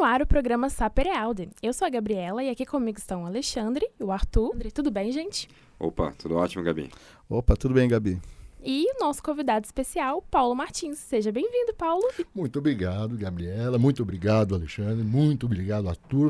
ar o programa Sapere Aude. Eu sou a Gabriela e aqui comigo estão o Alexandre e o Arthur. Tudo bem, gente? Opa, tudo ótimo, Gabi. Opa, tudo bem, Gabi? E o nosso convidado especial, Paulo Martins. Seja bem-vindo, Paulo. Muito obrigado, Gabriela. Muito obrigado, Alexandre. Muito obrigado, Arthur.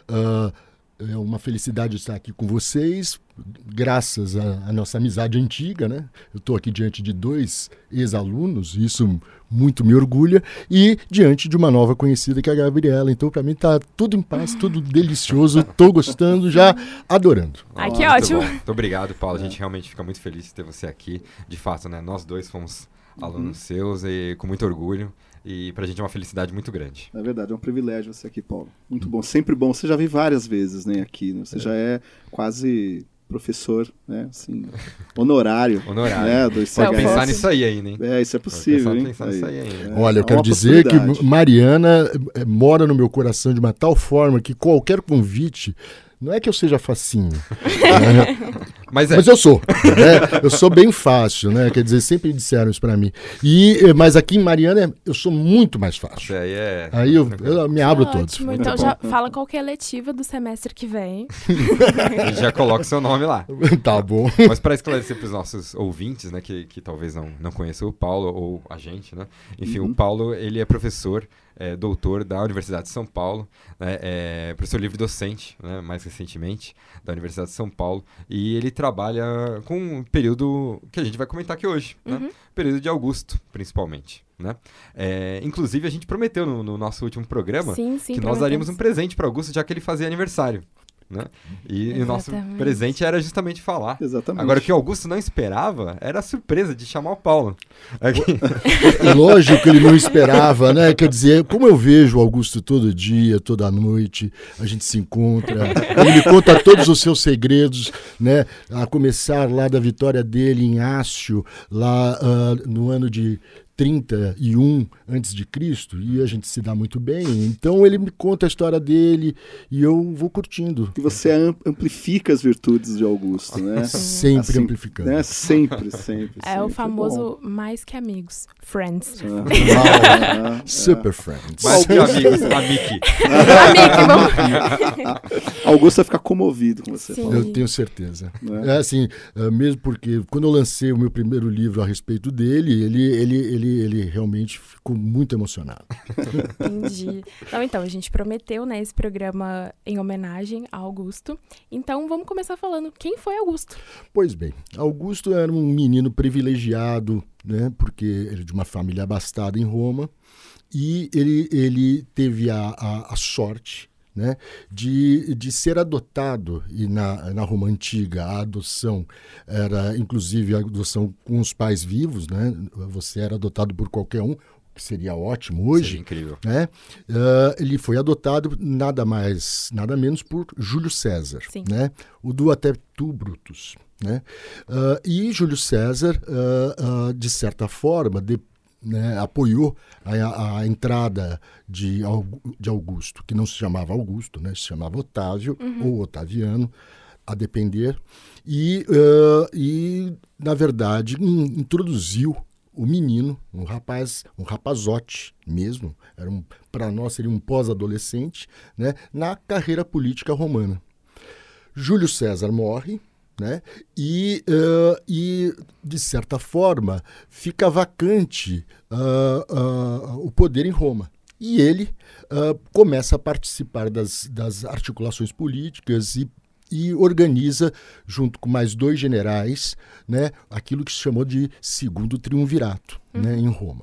É uma felicidade estar aqui com vocês, graças à nossa amizade antiga, né? Eu estou aqui diante de 2 ex-alunos, isso muito me orgulha, e diante de uma nova conhecida que é a Gabriela. Então, para mim, está tudo em paz, tudo delicioso, estou gostando, já adorando. Ai, que ótimo. Muito obrigado, Paulo. A gente realmente fica muito feliz de ter você aqui. De fato, né? Nós dois fomos alunos seus e com muito orgulho. E pra gente é uma felicidade muito grande. É verdade, é um privilégio você aqui, Paulo. Muito bom, sempre bom. Você já vi várias vezes, né, aqui. Né? Você já é quase professor, né, assim, honorário. Honorário. Né, do Pode pensar nisso aí ainda, hein? Isso é possível, hein? Pensar nisso aí ainda. Olha, eu quero dizer que Mariana mora no meu coração de uma tal forma que qualquer convite... Não é que eu seja facinho, mas eu sou. Eu sou bem fácil, né? Quer dizer, sempre disseram isso pra mim. Mas aqui em Mariana eu sou muito mais fácil. Aí eu me abro todo. Então já fala qual que é a letiva do semestre que vem. Já coloca o seu nome lá. Tá bom. Mas para esclarecer para os nossos ouvintes, né, que talvez não conheçam o Paulo ou a gente, né? Enfim, o Paulo, ele é professor, doutor da Universidade de São Paulo, né, professor livre-docente, né, mais recentemente, da Universidade de São Paulo, e ele trabalha com um período que a gente vai comentar aqui hoje, né, período de Augusto, principalmente. Né? Inclusive, a gente prometeu no nosso último programa que nós daríamos um presente para Augusto, já que ele fazia aniversário. Né? E o nosso presente era justamente falar. Exatamente. Agora, o que o Augusto não esperava era a surpresa de chamar o Paulo. Lógico que ele não esperava, né? Quer dizer, como eu vejo o Augusto todo dia, toda noite, a gente se encontra, ele me conta todos os seus segredos, né? A começar lá da vitória dele em Ácio, lá no ano de 31 antes de Cristo, e a gente se dá muito bem. Então ele me conta a história dele e eu vou curtindo. E você amplifica as virtudes de Augusto, né? Sempre assim, amplificando. Né? Sempre. O famoso mais que amigos, friends. Super friends. Mais que amigos, amici. Augusto vai ficar comovido com você, Paulo. Eu tenho certeza. É assim, mesmo porque quando eu lancei o meu primeiro livro a respeito dele, ele realmente ficou muito emocionado. Entendi. Então, a gente prometeu, né, esse programa em homenagem a Augusto. Então, vamos começar falando quem foi Augusto. Pois bem, Augusto era um menino privilegiado, né, porque ele é de uma família abastada em Roma, e ele teve a sorte, né, de ser adotado, e na Roma Antiga a adoção era inclusive a adoção com os pais vivos, né? Você era adotado por qualquer um, que seria ótimo hoje. Seria incrível. Né? Ele foi adotado nada mais, nada menos por Júlio César, né? O do até tu Brutus. Né? E Júlio César, de certa forma, né, apoiou a entrada de Augusto, que não se chamava Augusto, né, se chamava Otávio ou Otaviano, a depender, e na verdade, introduziu o menino, um rapazote mesmo, para nós seria um pós-adolescente, né, na carreira política romana. Júlio César morre, né? E, de certa forma, fica vacante o poder em Roma. E ele começa a participar das articulações políticas e organiza, junto com mais 2 generais, né, aquilo que se chamou de Segundo Triunvirato, né, em Roma.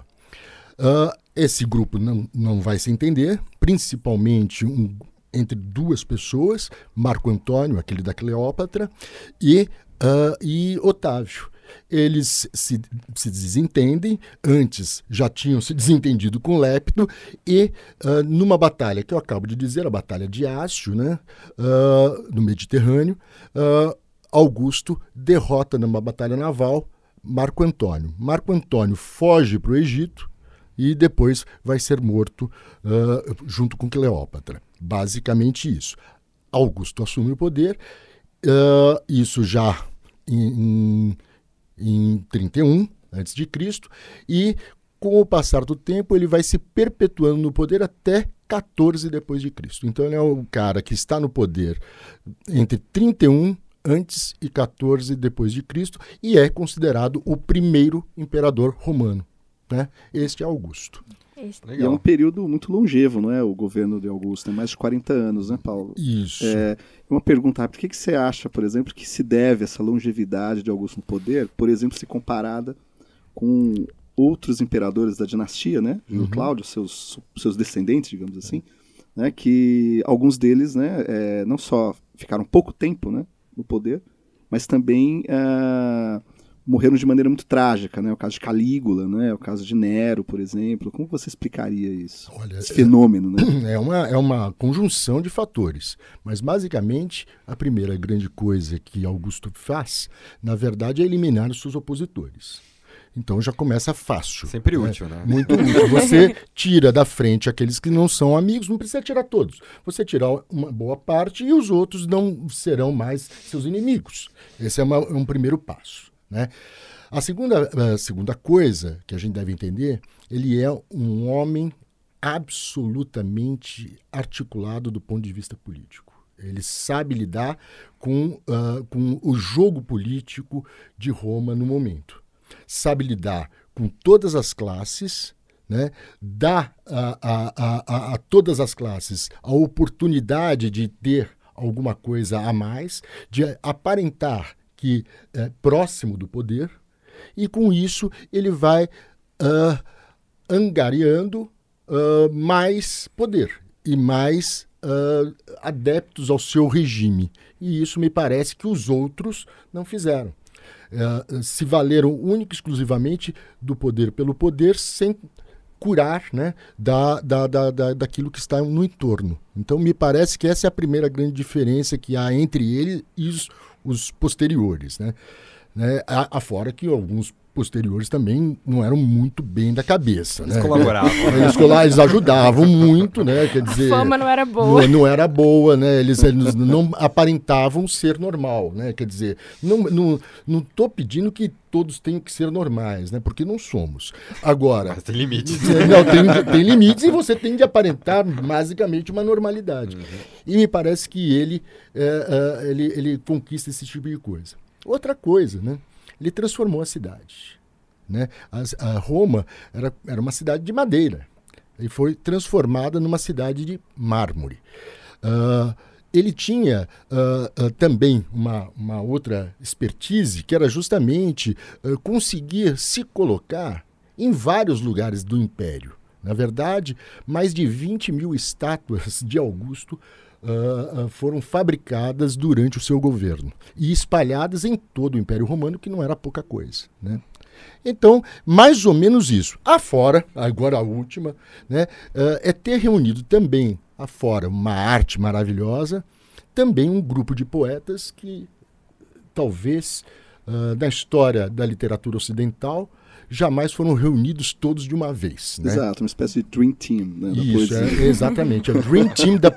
Esse grupo não vai se entender, principalmente entre 2 pessoas, Marco Antônio, aquele da Cleópatra, e Otávio. Eles se desentendem, antes já tinham se desentendido com Lepto, e numa batalha que eu acabo de dizer, a Batalha de Ácio, né, no Mediterrâneo, Augusto derrota numa batalha naval Marco Antônio. Marco Antônio foge para o Egito e depois vai ser morto junto com Cleópatra. Basicamente isso. Augusto assume o poder, isso já em 31 a.C., e com o passar do tempo ele vai se perpetuando no poder até 14 depois de Cristo. Então ele é o cara que está no poder entre 31 antes e 14 depois de Cristo e é considerado o primeiro imperador romano, né? Este é Augusto. E é um período muito longevo, não é? O governo de Augusto, mais de 40 anos, né, Paulo? Isso. Uma pergunta, por que você acha, por exemplo, que se deve essa longevidade de Augusto no poder, por exemplo, se comparada com outros imperadores da dinastia, né? Júlio Cláudio, seus descendentes, digamos assim, né? Que alguns deles, né, não só ficaram pouco tempo, né, no poder, mas também morreram de maneira muito trágica, né? O caso de Calígula, né? O caso de Nero, por exemplo. Como você explicaria isso? Olha, esse fenômeno, né? É uma conjunção de fatores, mas basicamente a primeira grande coisa que Augusto faz, na verdade, é eliminar os seus opositores. Então já começa fácil. Sempre útil, né? Muito útil. Você tira da frente aqueles que não são amigos, não precisa tirar todos. Você tira uma boa parte e os outros não serão mais seus inimigos. Esse é um primeiro passo, né? A segunda coisa que a gente deve entender, ele é um homem absolutamente articulado do ponto de vista político. Ele sabe lidar com o jogo político de Roma no momento. Sabe lidar com todas as classes, né? Dá a todas as classes a oportunidade de ter alguma coisa a mais, de aparentar que é próximo do poder, e com isso ele vai angariando mais poder e mais adeptos ao seu regime. E isso me parece que os outros não fizeram. Se valeram única e exclusivamente do poder pelo poder, sem curar, né, daquilo que está no entorno. Então, me parece que essa é a primeira grande diferença que há entre ele e os posteriores, né? Afora que alguns posteriores também não eram muito bem da cabeça. Eles né? colaboravam. Eles ajudavam muito, né? Quer dizer, a fama não era boa. Não era boa, né? Eles não aparentavam ser normal, né? Quer dizer, não estou pedindo que todos tenham que ser normais, né? Porque não somos. Agora... Mas tem limites. Não, tem limites e você tem de aparentar basicamente uma normalidade. E me parece que ele conquista esse tipo de coisa. Outra coisa, né? Ele transformou a cidade, né? A Roma era uma cidade de madeira e foi transformada numa cidade de mármore. Ele tinha também uma outra expertise, que era justamente conseguir se colocar em vários lugares do Império. Na verdade, mais de 20 mil estátuas de Augusto foram fabricadas durante o seu governo e espalhadas em todo o Império Romano, que não era pouca coisa, né? Então, mais ou menos isso. Afora, agora a última, né, é ter reunido também, afora, uma arte maravilhosa, também um grupo de poetas que, talvez, na história da literatura ocidental, jamais foram reunidos todos de uma vez. Né? Exato, uma espécie de Dream Team, né, da Isso, poesia. Exatamente. É o Dream Team da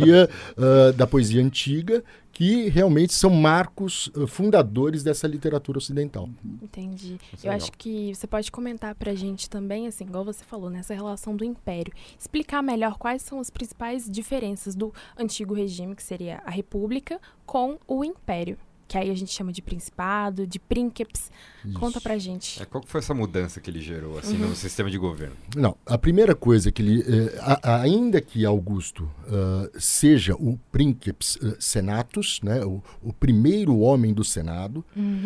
poesia antiga, que realmente são marcos fundadores dessa literatura ocidental. Entendi. Isso Eu é acho legal. que você pode comentar pra gente também, assim, igual você falou, nessa relação do Império. Explicar melhor quais são as principais diferenças do antigo regime, que seria a República, com o Império. Que aí a gente chama de principado, de prínceps. Conta pra gente. Qual que foi essa mudança que ele gerou assim, no sistema de governo? Não, a primeira coisa que ele... ainda que Augusto seja o princeps senatus, né, o primeiro homem do Senado,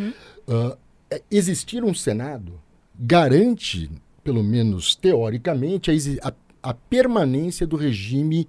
existir um Senado garante, pelo menos teoricamente, a permanência do regime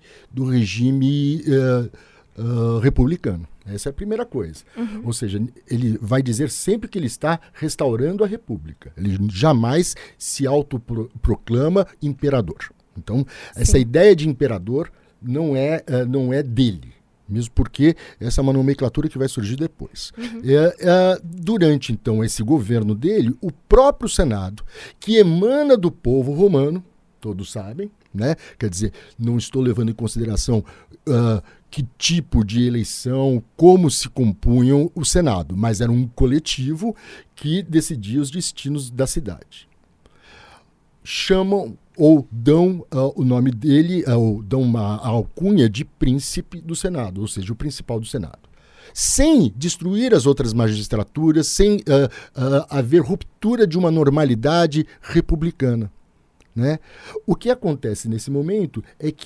republicano. Essa é a primeira coisa. Ou seja, ele vai dizer sempre que ele está restaurando a república. Ele jamais se autoproclama imperador. Então, essa ideia de imperador não é dele. Mesmo porque essa é uma nomenclatura que vai surgir depois. Durante, então, esse governo dele, o próprio Senado, que emana do povo romano, todos sabem, né? Quer dizer, não estou levando em consideração que tipo de eleição, como se compunham o Senado, mas era um coletivo que decidia os destinos da cidade. Chamam ou dão o nome dele, ou dão a alcunha de príncipe do Senado, ou seja, o principal do Senado. Sem destruir as outras magistraturas, sem haver ruptura de uma normalidade republicana, né? O que acontece nesse momento é que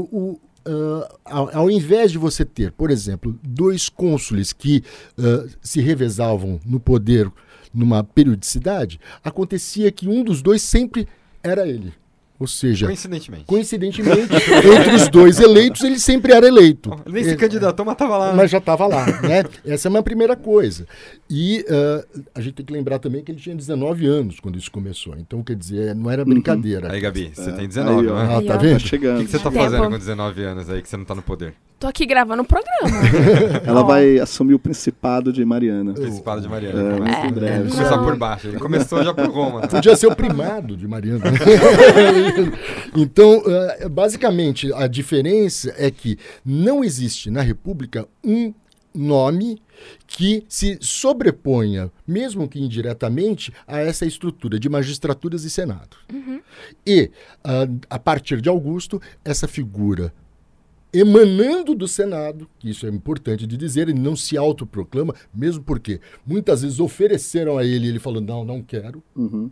ao invés de você ter, por exemplo, 2 cônsules que se revezavam no poder numa periodicidade, acontecia que um dos 2 sempre era ele. Ou seja, coincidentemente entre os 2 eleitos, ele sempre era eleito. Ele nem se candidatou, mas estava lá. Mas já estava lá, né? Essa é uma primeira coisa. E a gente tem que lembrar também que ele tinha 19 anos quando isso começou. Então, quer dizer, não era brincadeira. Aí, Gabi, você tem 19, aí, né? Tá vendo? Tá chegando. O que você está fazendo com 19 anos aí que você não está no poder? Tô aqui gravando o programa. Ela vai assumir o Principado de Mariana. Principado de Mariana. Muito em breve. Começar por baixo. Ele começou já por Roma. Né? Podia ser o primado de Mariana. Então, basicamente, a diferença é que não existe na República um nome que se sobreponha, mesmo que indiretamente, a essa estrutura de magistraturas e Senado. Uhum. E, a partir de Augusto, essa figura emanando do Senado, que isso é importante de dizer, ele não se autoproclama, mesmo porque muitas vezes ofereceram a ele e ele falou, não quero. Uhum.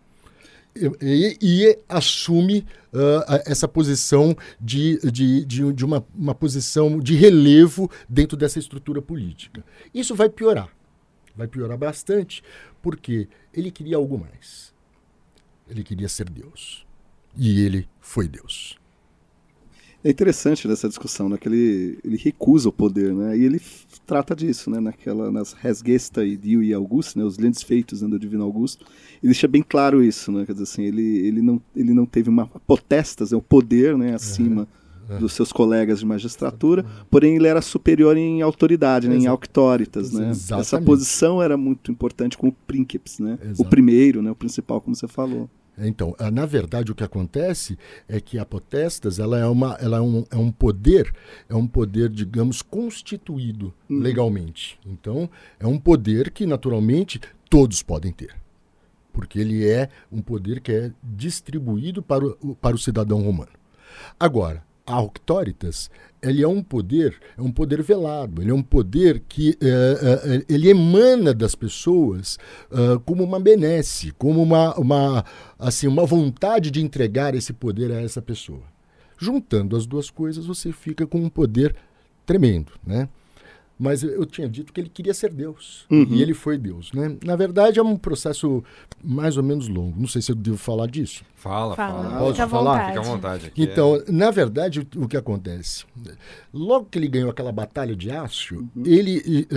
E assume essa posição de uma posição de relevo dentro dessa estrutura política. Isso vai piorar bastante, porque ele queria algo mais. Ele queria ser Deus. E ele foi Deus. É interessante nessa discussão, né, que ele recusa o poder, né, e ele trata disso, né, nas Res Gesta e Dio e Augusto, né, os grandes feitos, né, do Divino Augusto, ele deixa bem claro isso, né, quer dizer assim, ele não teve uma potestas, o poder, né, acima dos seus colegas de magistratura, porém ele era superior em autoridade, né, em auctoritas, né, essa posição era muito importante com o princeps, né, o primeiro, né, o principal, como você falou. Então, na verdade, o que acontece é que a potestas ela é um poder, digamos, constituído legalmente. Então, é um poder que, naturalmente, todos podem ter. Porque ele é um poder que é distribuído para o cidadão romano. Agora, a auctoritas, ele é um poder velado, ele é um poder que ele emana das pessoas como uma benesse, como uma vontade de entregar esse poder a essa pessoa. Juntando as duas coisas, você fica com um poder tremendo, né? Mas eu tinha dito que ele queria ser Deus, e ele foi Deus, né? Na verdade, é um processo mais ou menos longo. Não sei se eu devo falar disso. Fala. Posso falar? Fica à vontade. Aqui então, na verdade, o que acontece? Logo que ele ganhou aquela batalha de Ácio, ele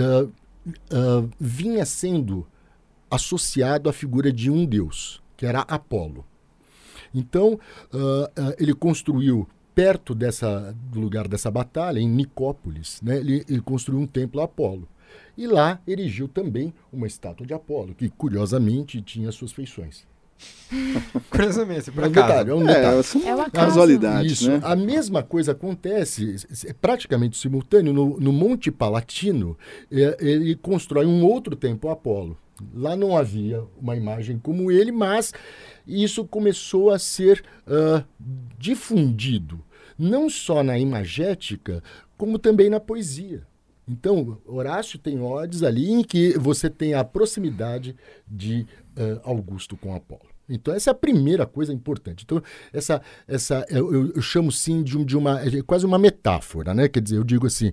vinha sendo associado à figura de um deus, que era Apolo. Então, ele construiu perto do lugar dessa batalha, em Nicópolis, né, ele construiu um templo a Apolo. E lá erigiu também uma estátua de Apolo, que curiosamente tinha suas feições. Curiosamente, por acaso. É um detalhe. É uma casualidade. Isso. Né? A mesma coisa acontece, praticamente simultâneo, no Monte Palatino, ele constrói um outro templo a Apolo. Lá não havia uma imagem como ele, mas isso começou a ser difundido, não só na imagética, como também na poesia. Então, Horácio tem odes ali em que você tem a proximidade de Augusto com Apolo. Então, essa é a primeira coisa importante. Então, eu chamo, sim, de uma quase uma metáfora, né? Quer dizer, eu digo assim,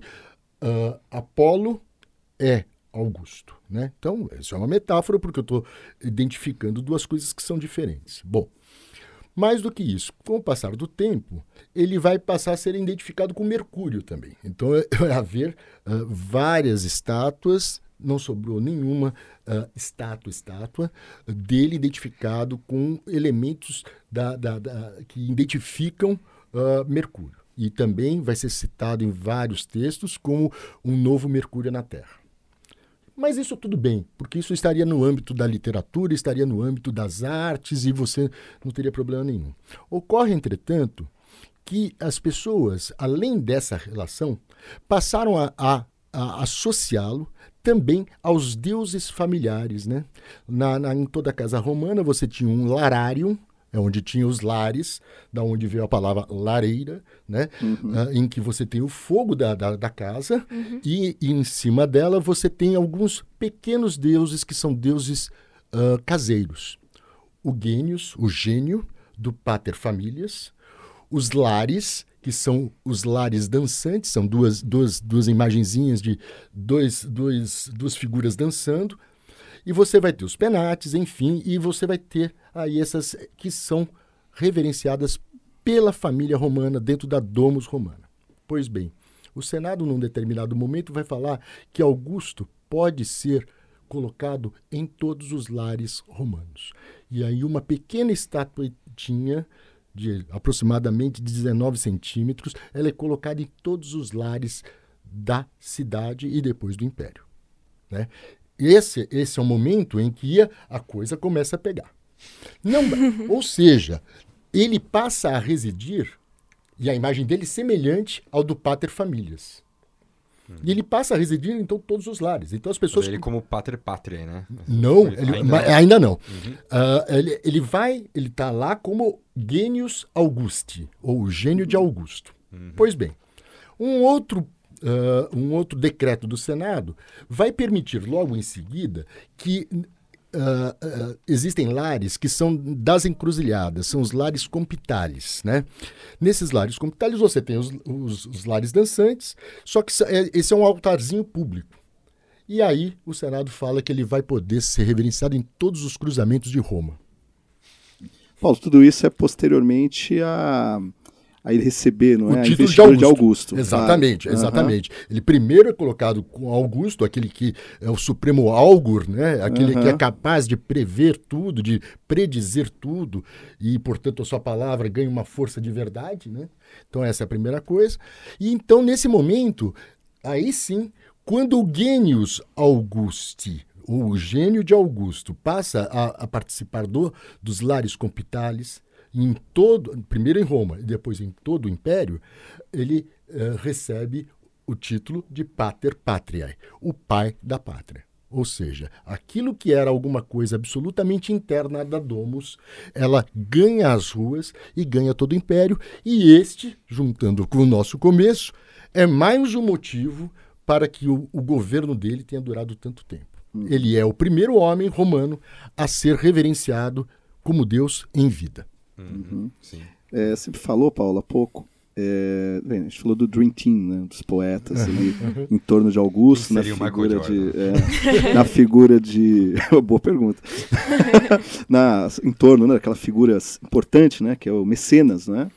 Apolo é Augusto, né? Então, isso é uma metáfora porque eu estou identificando duas coisas que são diferentes. Bom, mais do que isso, com o passar do tempo, ele vai passar a ser identificado com Mercúrio também. Então, vai haver várias estátuas, não sobrou nenhuma estátua dele identificado com elementos que identificam Mercúrio. E também vai ser citado em vários textos como um novo Mercúrio na Terra. Mas isso tudo bem, porque isso estaria no âmbito da literatura, estaria no âmbito das artes e você não teria problema nenhum. Ocorre, entretanto, que as pessoas, além dessa relação, passaram a associá-lo também aos deuses familiares, né? Em toda a casa romana você tinha um lararium, É onde tinha os lares, da onde veio a palavra lareira, né? Em que você tem o fogo da casa e em cima dela você tem alguns pequenos deuses que são deuses caseiros. O gênio do pater familias, os lares, que são os lares dançantes, são duas imagenzinhas de duas figuras dançando, e você vai ter os penates, enfim, e você vai ter aí essas que são reverenciadas pela família romana dentro da Domus Romana. Pois bem, o Senado, num determinado momento, vai falar que Augusto pode ser colocado em todos os lares romanos. E aí uma pequena estatuetinha de aproximadamente 19 centímetros, ela é colocada em todos os lares da cidade e depois do Império, né? Esse é o momento em que a coisa começa a pegar. Ou seja, ele passa a residir, e a imagem dele é semelhante ao do pater familias. E ele passa a residir em todos os lares. Então as pessoas... Mas ele como pater patriae, né? Não, ainda não. Ele está lá como Genius Augusti, ou o gênio de Augusto. Pois bem, um outro decreto do Senado vai permitir logo em seguida que existem lares que são das encruzilhadas, são os lares compitales, né? Nesses lares compitales você tem os lares dançantes, só que esse é um altarzinho público. E aí o Senado fala que ele vai poder ser reverenciado em todos os cruzamentos de Roma. Paulo, tudo isso é posteriormente a ele receber, não é? O A título de Augusto. Exatamente, exatamente. Ele primeiro é colocado com Augusto, aquele que é o supremo augur, né? Aquele que é capaz de prever tudo, de predizer tudo, e, portanto, a sua palavra ganha uma força de verdade, né? Então, essa é a primeira coisa. E, então, nesse momento, aí sim, quando o Genius Augusti, o gênio de Augusto, passa a participar dos lares compitales, primeiro em Roma e depois em todo o Império, ele recebe o título de pater patriae, o pai da pátria. Ou seja, aquilo que era alguma coisa absolutamente interna da Domus, ela ganha as ruas e ganha todo o Império, e este, juntando com o nosso começo, é mais um motivo para que o governo dele tenha durado tanto tempo. Ele é o primeiro homem romano a ser reverenciado como Deus em vida. Sim. Você falou, Paulo, há pouco, a gente falou do Dream Team, né, dos poetas ali, em torno de Augusto, na figura de boa pergunta, em torno, né, daquela figura importante, né, que é o Mecenas, né?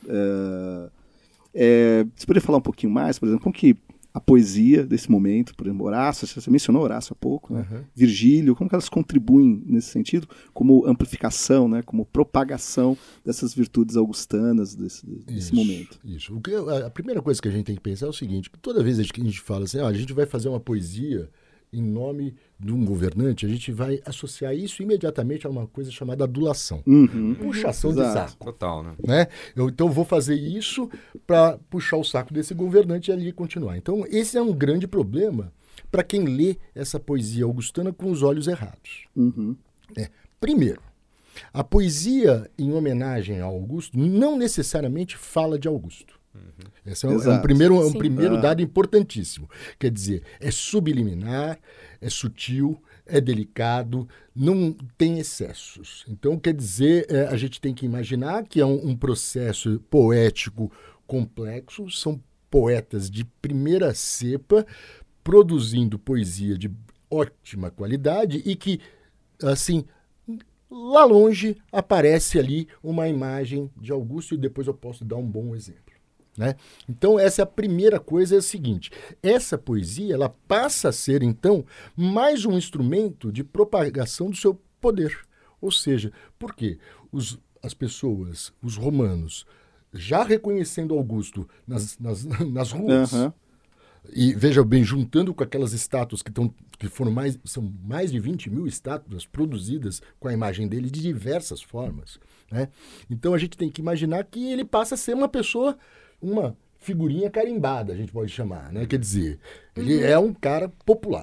Você poderia falar um pouquinho mais, por exemplo, como que a poesia desse momento, por exemplo, Horácio, você mencionou Horácio há pouco, né? Virgílio, como que elas contribuem nesse sentido, como amplificação, né? Como propagação dessas virtudes augustanas desse momento. Isso. A primeira coisa que a gente tem que pensar é o seguinte, que toda vez que a gente fala assim, a gente vai fazer uma poesia em nome de um governante, a gente vai associar isso imediatamente a uma coisa chamada adulação. Puxação de saco. Total, né? Então eu vou fazer isso para puxar o saco desse governante e ali continuar. Então esse é um grande problema para quem lê essa poesia augustana com os olhos errados. Primeiro, a poesia em homenagem a Augusto não necessariamente fala de Augusto. Esse é um primeiro dado importantíssimo. Quer dizer, é subliminar, é sutil, é delicado, não tem excessos. Então, quer dizer, a gente tem que imaginar que é um processo poético complexo, são poetas de primeira cepa, produzindo poesia de ótima qualidade e que, assim, lá longe aparece ali uma imagem de Augusto e depois eu posso dar um bom exemplo. Né? Então, essa é a primeira coisa, é a seguinte, essa poesia ela passa a ser, então, mais um instrumento de propagação do seu poder. Ou seja, por quê? As pessoas, os romanos, já reconhecendo Augusto nas ruas, e veja bem, juntando com aquelas estátuas são mais de 20 mil estátuas produzidas com a imagem dele de diversas formas. Né? Então, a gente tem que imaginar que ele passa a ser uma figurinha carimbada, a gente pode chamar, né? Quer dizer, ele é um cara popular.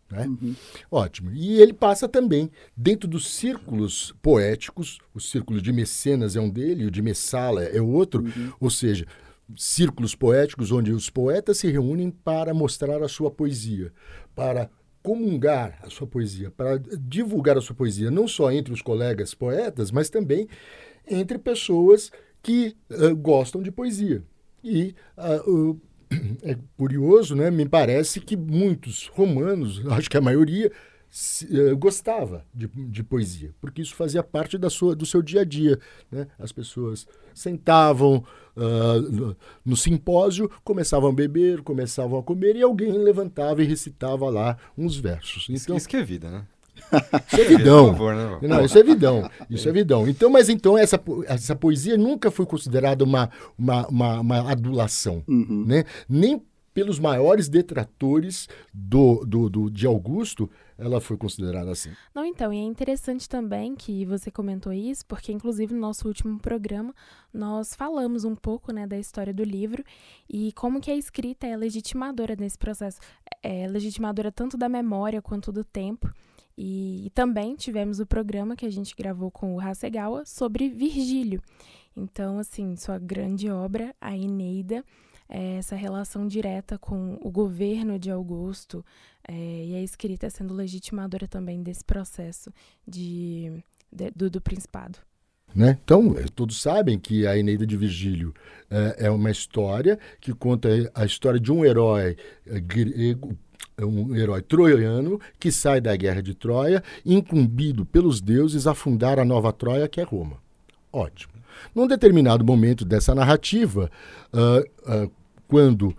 Né? Ótimo. E ele passa também dentro dos círculos poéticos, o círculo de Mecenas é um dele, o de Messala é outro, ou seja, círculos poéticos onde os poetas se reúnem para mostrar a sua poesia, para comungar a sua poesia, para divulgar a sua poesia, não só entre os colegas poetas, mas também entre pessoas que gostam de poesia. E é curioso, né? Me parece que muitos romanos, acho que a maioria, gostava de poesia, porque isso fazia parte do seu dia a dia. Né? As pessoas sentavam no simpósio, começavam a beber, começavam a comer, e alguém levantava e recitava lá uns versos. Então, isso que é vida, né? Isso é vidão. Por favor, né? Não, isso é vidão. Isso é vidão. Então, mas então essa poesia nunca foi considerada uma adulação, né? Nem pelos maiores detratores de Augusto, ela foi considerada assim. Não, então, e é interessante também que você comentou isso, porque inclusive no nosso último programa nós falamos um pouco, né, da história do livro e como que a escrita é legitimadora nesse processo. É legitimadora tanto da memória quanto do tempo. E também tivemos o programa que a gente gravou com o Hasegawa sobre Virgílio. Então, assim, sua grande obra, a Eneida, essa relação direta com o governo de Augusto e a escrita sendo legitimadora também desse processo do Principado. Né? Então, todos sabem que a Eneida de Virgílio é uma história que conta a história de um herói grego, um herói troiano que sai da guerra de Troia, incumbido pelos deuses a fundar a nova Troia, que é Roma. Ótimo. Num determinado momento dessa narrativa, quando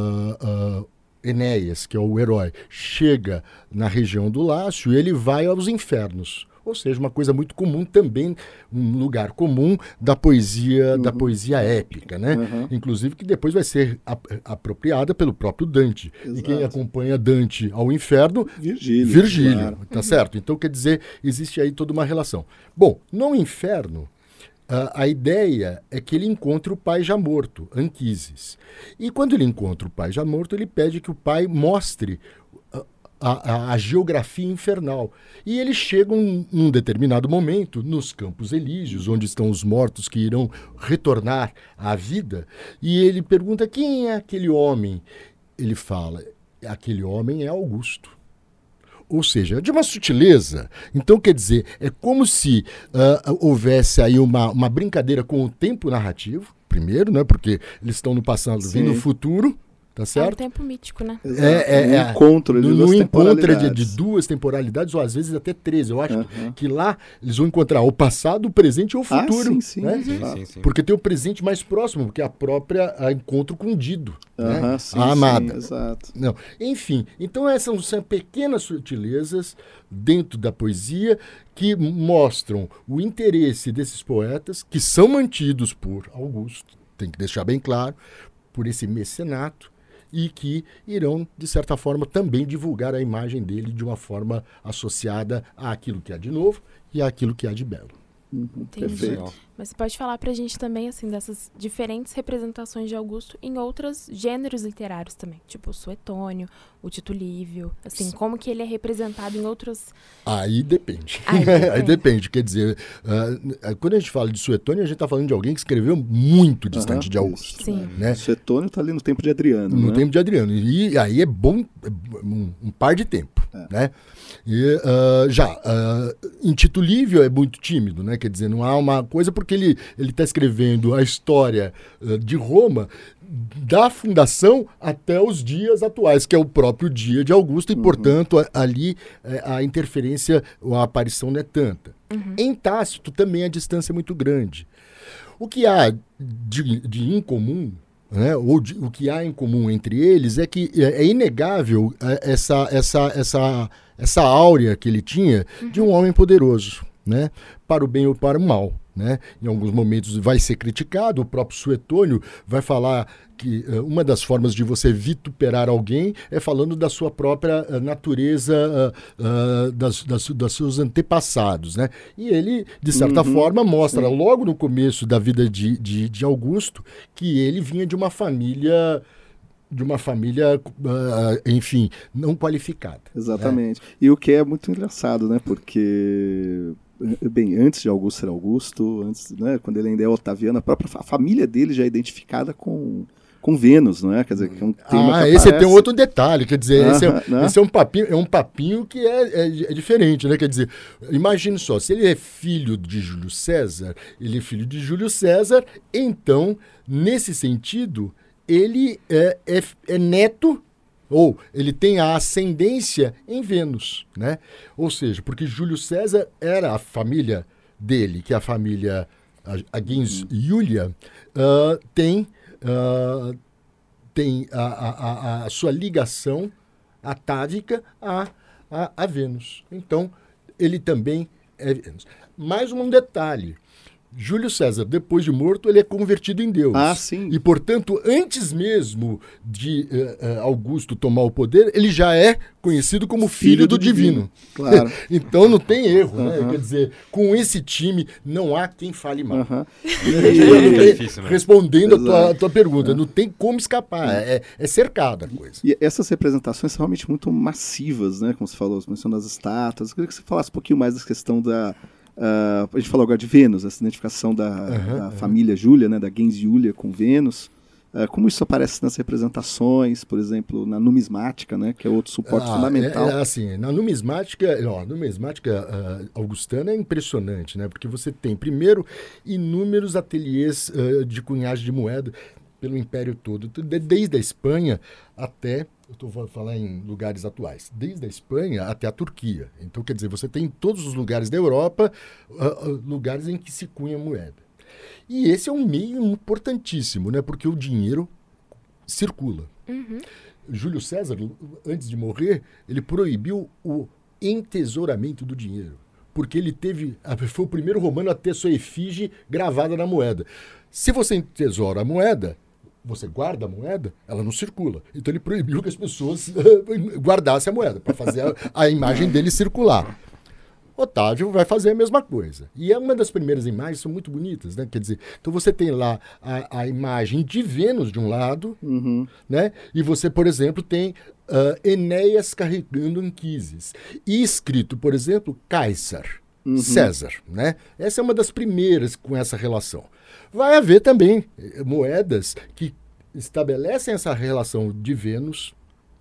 Enéas, que é o herói, chega na região do Lácio, ele vai aos infernos. Ou seja, uma coisa muito comum também, um lugar comum da poesia épica, né? Inclusive que depois vai ser apropriada pelo próprio Dante. Exato. E quem acompanha Dante ao inferno? Virgílio, claro. Tá certo? Então, quer dizer, existe aí toda uma relação. Bom, no inferno, a ideia é que ele encontre o pai já morto, Anquises. E quando ele encontra o pai já morto, ele pede que o pai mostre a geografia infernal. E eles chegam, num determinado momento, nos Campos Elíseos, onde estão os mortos que irão retornar à vida, e ele pergunta quem é aquele homem. Ele fala, aquele homem é Augusto. Ou seja, de uma sutileza. Então, quer dizer, é como se houvesse aí uma brincadeira com o tempo narrativo, primeiro, né, porque eles estão no passado, vindo no futuro. Tá certo? É um tempo mítico, né? No encontro de duas temporalidades, ou às vezes até 13. Eu acho que lá eles vão encontrar o passado, o presente e o futuro. Sim. Né? Sim. Porque tem o presente mais próximo, que é a própria encontro com o Dido. Né? A amada. Exato. Não. Enfim, então essas são pequenas sutilezas dentro da poesia que mostram o interesse desses poetas, que são mantidos por Augusto, tem que deixar bem claro, por esse mecenato, e que irão, de certa forma, também divulgar a imagem dele de uma forma associada àquilo que há de novo e àquilo que há de belo. Perfeito. Mas você pode falar pra gente também, assim, dessas diferentes representações de Augusto em outros gêneros literários também, tipo o Suetônio, o Tito Livio, assim, como que ele é representado em outros... Aí depende. Aí depende. Quer dizer, quando a gente fala de Suetônio, a gente está falando de alguém que escreveu muito distante de Augusto. Sim. Né? Suetônio está ali no tempo de Adriano. No tempo de Adriano. E aí é bom um par de tempo. Né? E, em Tito Livio é muito tímido, né? Quer dizer, não há uma coisa porque ele está escrevendo a história de Roma da fundação até os dias atuais, que é o próprio dia de Augusto, e, portanto, ali a interferência, a aparição não é tanta. Em Tácito também a distância é muito grande. O que há de incomum, né, o que há em comum entre eles é que é inegável essa áurea que ele tinha de um homem poderoso, né, para o bem ou para o mal. Né? Em alguns momentos vai ser criticado, o próprio Suetônio vai falar que uma das formas de você vituperar alguém é falando da sua própria natureza, dos seus antepassados. Né? E ele, de certa forma, mostra logo no começo da vida de Augusto que ele vinha de uma família de uma família, enfim, não qualificada. Exatamente. E o que é muito engraçado, né? Porque, bem, antes de Augusto ser Augusto, antes, né, quando ele ainda é Otaviano, a própria família dele já é identificada com Vênus, não é? Quer dizer, que é um tema que esse aparece... tem um outro detalhe, quer dizer, né? esse é um papinho que é diferente, né? Quer dizer, imagine só, se ele é filho de Júlio César, então, nesse sentido, ele é neto, ou ele tem a ascendência em Vênus, né? Ou seja, porque Júlio César era a família dele, que é a família a gens Iulia, tem a sua ligação atávica a Vênus. Então, ele também é Vênus. Mais um detalhe. Júlio César, depois de morto, ele é convertido em Deus. Sim. E, portanto, antes mesmo de Augusto tomar o poder, ele já é conhecido como filho do divino. Claro. Então não tem erro, né? Quer dizer, com esse time não há quem fale mal. Respondendo a tua pergunta, não tem como escapar, é cercada a coisa. E essas representações são realmente muito massivas, né? Como você falou, você mencionou as estátuas. Eu queria que você falasse um pouquinho mais dessa questão da... a gente falou agora de Vênus, essa identificação da família Júlia, né, da gens Iulia com Vênus. Como isso aparece nas representações, por exemplo, na numismática, né, que é outro suporte fundamental? Assim, na numismática, augustana é impressionante, né, porque você tem, primeiro, inúmeros ateliês de cunhagem de moeda pelo Império todo, desde a Espanha até... Eu estou falando em lugares atuais, desde a Espanha até a Turquia. Então, quer dizer, você tem em todos os lugares da Europa lugares em que se cunha moeda. E esse é um meio importantíssimo, né? Porque o dinheiro circula. Uhum. Júlio César, antes de morrer, ele proibiu o entesouramento do dinheiro. Porque ele foi o primeiro romano a ter sua efígie gravada na moeda. Se você entesoura a moeda, você guarda a moeda, ela não circula. Então ele proibiu que as pessoas guardassem a moeda, para fazer a imagem dele circular. Otávio vai fazer a mesma coisa. E uma das primeiras imagens são muito bonitas, né? Quer dizer, então você tem lá a imagem de Vênus de um lado, né? E você, por exemplo, tem Enéas carregando Anquises. E escrito, por exemplo, Caesar, César, né? Essa é uma das primeiras com essa relação. Vai haver também moedas que estabelecem essa relação de Vênus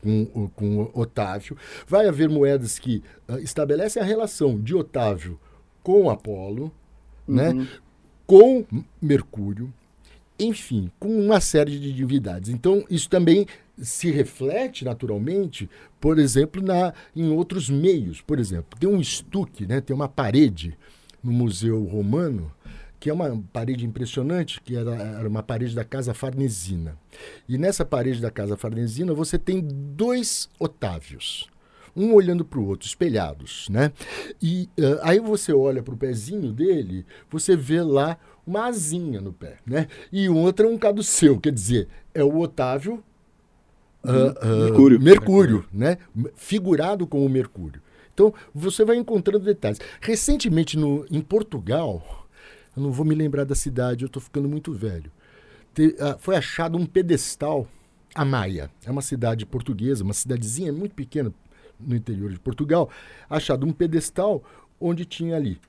com Otávio. Vai haver moedas que estabelecem a relação de Otávio com Apolo, né? Com Mercúrio, enfim, com uma série de divindades. Então, isso também se reflete naturalmente, por exemplo, em outros meios. Por exemplo, tem um estuque, né? Tem uma parede no Museu Romano, que é uma parede impressionante, que era uma parede da Casa Farnesina. E nessa parede da Casa Farnesina você tem 2 Otávios, um olhando para o outro, espelhados, né? E aí você olha para o pezinho dele, você vê lá uma asinha no pé, né? E o outro é um caduceu, quer dizer, é o Otávio Mercúrio, né? Figurado como Mercúrio. Então, você vai encontrando detalhes. Recentemente, em Portugal... Eu não vou me lembrar da cidade, eu estou ficando muito velho. Foi achado um pedestal, a Maia. É uma cidade portuguesa, uma cidadezinha muito pequena no interior de Portugal. Achado um pedestal onde tinha ali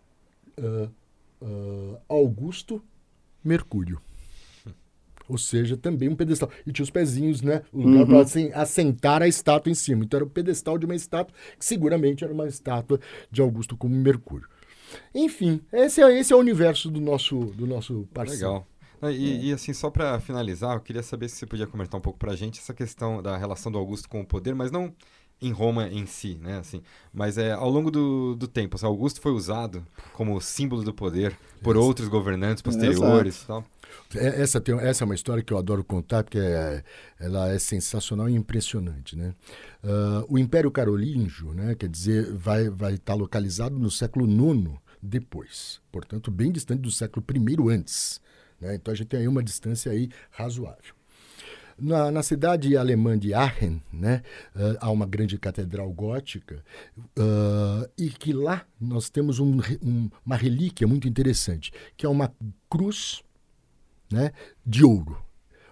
Augusto Mercúrio. Ou seja, também um pedestal. E tinha os pezinhos, né? O lugar para assentar a estátua em cima. Então era o pedestal de uma estátua, que seguramente era uma estátua de Augusto como Mercúrio. Enfim, esse é o universo do nosso parceiro. Legal. E assim, só para finalizar, eu queria saber se você podia comentar um pouco para a gente essa questão da relação do Augusto com o poder, mas não em Roma em si, né? Assim, mas ao longo do tempo, assim, Augusto foi usado como símbolo do poder por outros governantes posteriores e tal. Essa é uma história que eu adoro contar, porque ela é sensacional e impressionante, né? O Império Carolíngio, né, quer dizer, vai estar localizado no século IX depois, portanto, bem distante do século I antes, né? Então a gente tem aí uma distância aí razoável. Na cidade alemã de Aachen, né, há uma grande catedral gótica, e que lá nós temos uma relíquia muito interessante, que é uma cruz, né, de ouro.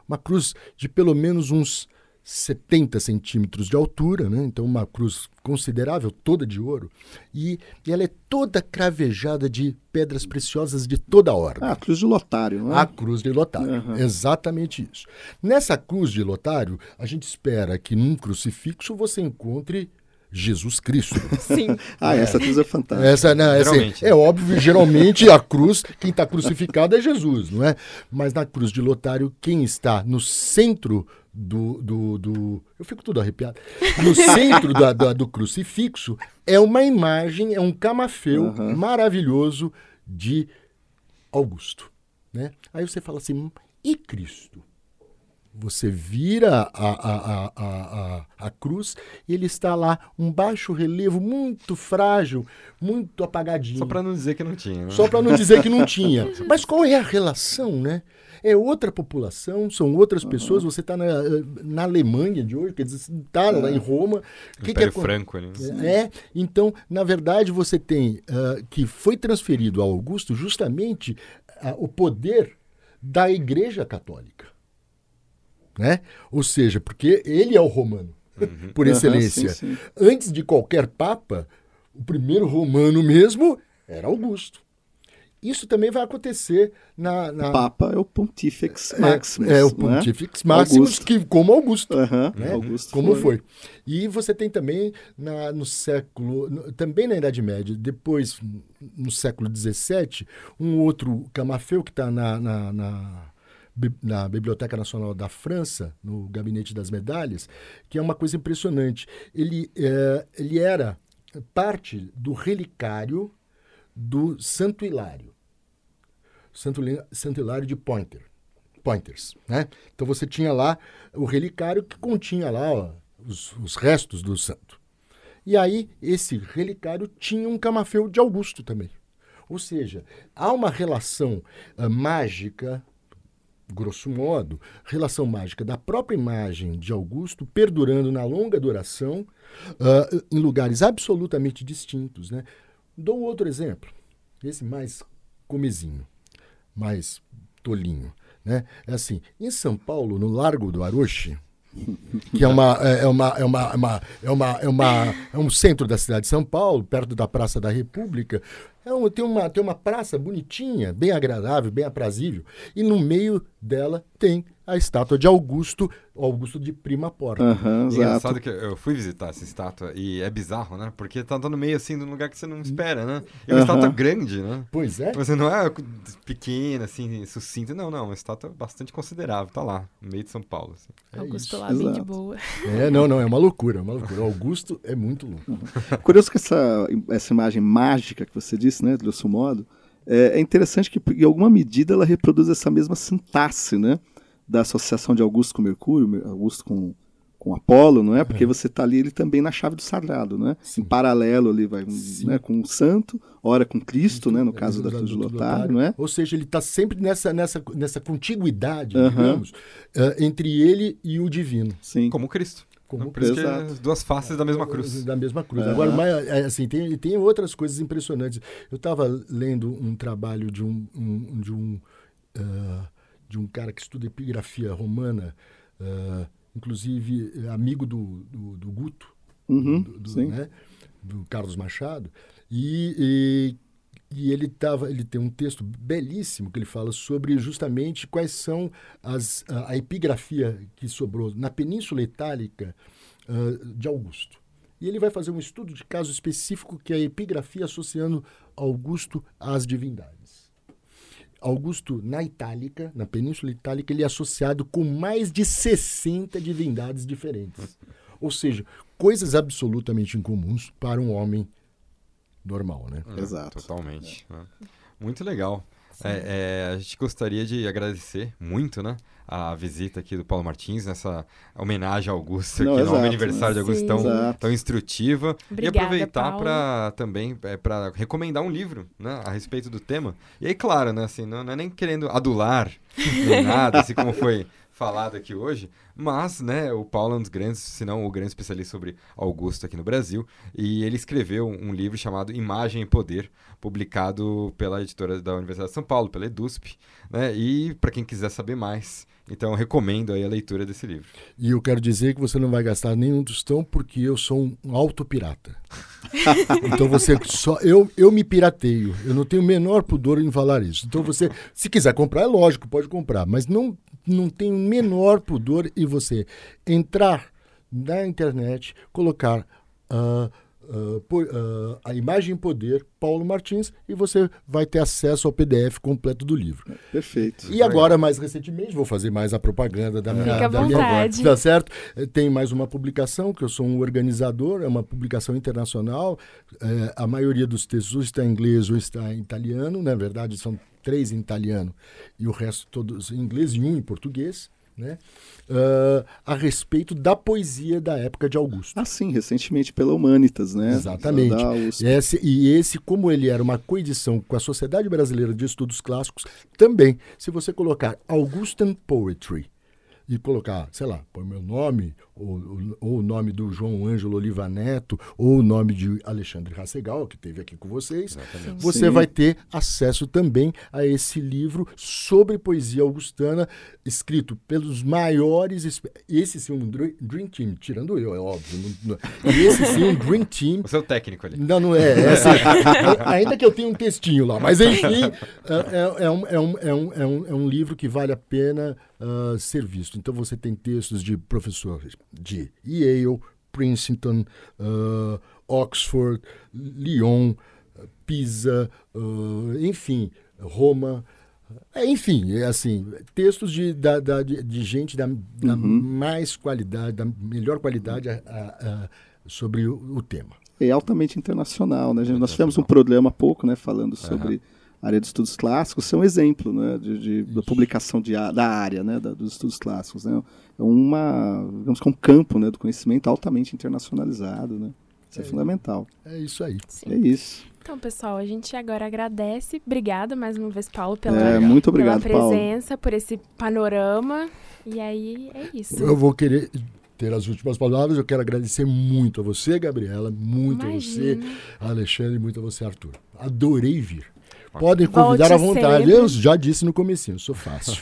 uma cruz de pelo menos uns 70 centímetros de altura, né? Então uma cruz considerável, toda de ouro, e ela é toda cravejada de pedras preciosas de toda ordem. A cruz de Lotário, não é? A cruz de Lotário, exatamente isso. Nessa cruz de Lotário, a gente espera que num crucifixo você encontre Jesus Cristo. Sim. Essa cruz é fantástica. É óbvio, geralmente a cruz, quem está crucificado é Jesus, não é? Mas na cruz de Lotário, quem está no centro eu fico tudo arrepiado. No centro do crucifixo é uma imagem, é um camafeu maravilhoso de Augusto, né? Aí você fala assim, e Cristo? Você vira a cruz e ele está lá, um baixo relevo muito frágil, muito apagadinho. Só para não dizer que não tinha. Né? Só para não dizer que não tinha. Mas qual é a relação, né? É outra população, são outras pessoas. Você está na Alemanha de hoje, quer dizer, você está lá em Roma. Império Franco ali. Então, na verdade, você tem que foi transferido a Augusto justamente o poder da Igreja Católica. Né? Ou seja, porque ele é o romano, por excelência. Sim. Antes de qualquer papa, o primeiro romano mesmo era Augusto. Isso também vai acontecer O Papa é o Pontifex Maximus. É o Pontifex Maximus, como Augusto. Né? Augusto como foi. E você tem também no século, também na Idade Média, depois no século XVII, um outro camafeu que está na Biblioteca Nacional da França, no Gabinete das Medalhas, que é uma coisa impressionante. Ele era parte do relicário do Santo Hilário. Santo Hilário de Poitiers, né? Então você tinha lá o relicário que continha lá os restos do santo. E aí esse relicário tinha um camafeu de Augusto também. Ou seja, há uma relação mágica, grosso modo, relação mágica da própria imagem de Augusto perdurando na longa duração em lugares absolutamente distintos, né? Dou outro exemplo, esse mais comezinho, mais tolinho, né? É assim, em São Paulo, no Largo do Aroche, que é um centro da cidade de São Paulo, perto da Praça da República. Tem uma praça bonitinha, bem agradável, bem aprazível, e no meio dela tem a estátua de Augusto de Prima Porta. Engraçado que eu fui visitar essa estátua e é bizarro, né? Porque tá no meio assim de um lugar que você não espera, né? E é uma estátua grande, né? Pois é. Você não é pequena, assim, sucinta. Não, uma estátua bastante considerável. Tá lá, no meio de São Paulo. Assim. Augusto lá bem de boa. É uma loucura, Augusto é muito louco. Curioso que essa imagem mágica que você disse, né, de grosso modo, é interessante que, em alguma medida, ela reproduz essa mesma sintaxe, né, da associação de Augusto com Mercúrio, Augusto com Apolo, não é? Porque você está ali, ele também na chave do sagrado, né? Sim. Em paralelo ali vai, né, com o santo, ora com Cristo, né, no caso da cruz de Lotário, não é? Ou seja, ele está sempre nessa contiguidade, digamos, entre ele e o divino. Sim. Como Cristo. Por isso que é as duas faces da mesma cruz. Da mesma cruz. Agora, assim, tem outras coisas impressionantes. Eu estava lendo um trabalho de um cara que estuda epigrafia romana, inclusive amigo do Guto, né, do Carlos Machado, e ele tem um texto belíssimo que ele fala sobre justamente quais são a epigrafia que sobrou na Península Itálica de Augusto. E ele vai fazer um estudo de caso específico que é a epigrafia associando Augusto às divindades. Augusto, na Itálica, na Península Itálica, ele é associado com mais de 60 divindades diferentes. Ou seja, coisas absolutamente incomuns para um homem normal, né? Exato. Totalmente. Muito legal. A gente gostaria de agradecer muito, né, a visita aqui do Paulo Martins, nessa homenagem a Augusto, aqui no aniversário de Augusto tão instrutiva. Obrigada, e aproveitar para também para recomendar um livro, né, a respeito do tema. E aí, claro, né, assim, não é nem querendo adular nem nada, assim como foi falado aqui hoje, mas, né, o Paulo é um dos grandes, se não o grande especialista sobre Augusto aqui no Brasil, e ele escreveu um livro chamado Imagem e Poder, publicado pela editora da Universidade de São Paulo, pela EDUSP, né, e para quem quiser saber mais, então eu recomendo aí a leitura desse livro. E eu quero dizer que você não vai gastar nenhum tostão, porque eu sou um autopirata. Então você só eu me pirateio, eu não tenho o menor pudor em falar isso. Então você, se quiser comprar, é lógico, pode comprar, mas não tem o menor pudor em você entrar na internet, colocar a Imagem e Poder, Paulo Martins, e você vai ter acesso ao PDF completo do livro. Perfeito. E agora, mais recentemente, vou fazer mais a propaganda da minha... Fica à vontade. Tá certo? Tem mais uma publicação, que eu sou um organizador, é uma publicação internacional. A maioria dos textos está em inglês ou está em italiano. Na verdade, são 3 em italiano e o resto todos em inglês e 1 em português, né? A respeito da poesia da época de Augusto. Ah, sim, recentemente pela Humanitas, né? Exatamente. Esse, como ele era uma coedição com a Sociedade Brasileira de Estudos Clássicos, também, se você colocar Augustan Poetry e colocar, sei lá, põe meu nome, ou o nome do João Ângelo Oliva Neto, ou o nome de Alexandre Rassegal, que esteve aqui com vocês, você vai ter acesso também a esse livro sobre poesia augustana, escrito pelos maiores... Esse sim, um Dream Team, tirando eu, é óbvio. Esse sim, um Dream Team. Você é o técnico ali. Não é. Ainda que eu tenha um textinho lá, mas enfim, é um livro que vale a pena ser visto. Então você tem textos de professores de Yale, Princeton, Oxford, Lyon, Pisa, enfim, Roma, enfim, assim, textos de gente da mais qualidade, da melhor qualidade sobre o tema. É altamente internacional, né, gente? Nós tivemos um programa há pouco, né, falando sobre a área de estudos clássicos, é um exemplo, né, da publicação da área, né, dos estudos clássicos, né? É digamos que um campo, né, do conhecimento altamente internacionalizado, né? Isso é fundamental. É isso aí. Sim. É isso. Então, pessoal, a gente agora agradece. Obrigada mais uma vez, Paulo, pela presença, Paulo, por esse panorama. E aí, é isso. Eu vou querer ter as últimas palavras. Eu quero agradecer muito a você, Gabriela, muito a você, Alexandre, muito a você, Arthur. Adorei vir. Podem convidar à vontade. Sempre. Eu já disse no comecinho, sou fácil.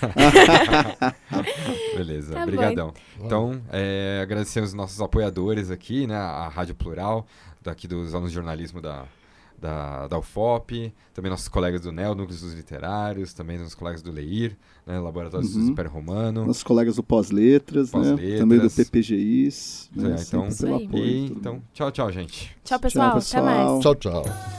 Beleza, obrigadão. Então, agradecemos os nossos apoiadores aqui, né? A Rádio Plural, daqui dos alunos de jornalismo da UFOP, também nossos colegas do NEL, Núcleos dos Literários, também nossos colegas do LEIR, né? Laboratório do Império Romano. Nossos colegas do Pós-Letras, né? Também do PPGIs. Então, tchau, gente. Tchau, pessoal. Até mais. Tchau.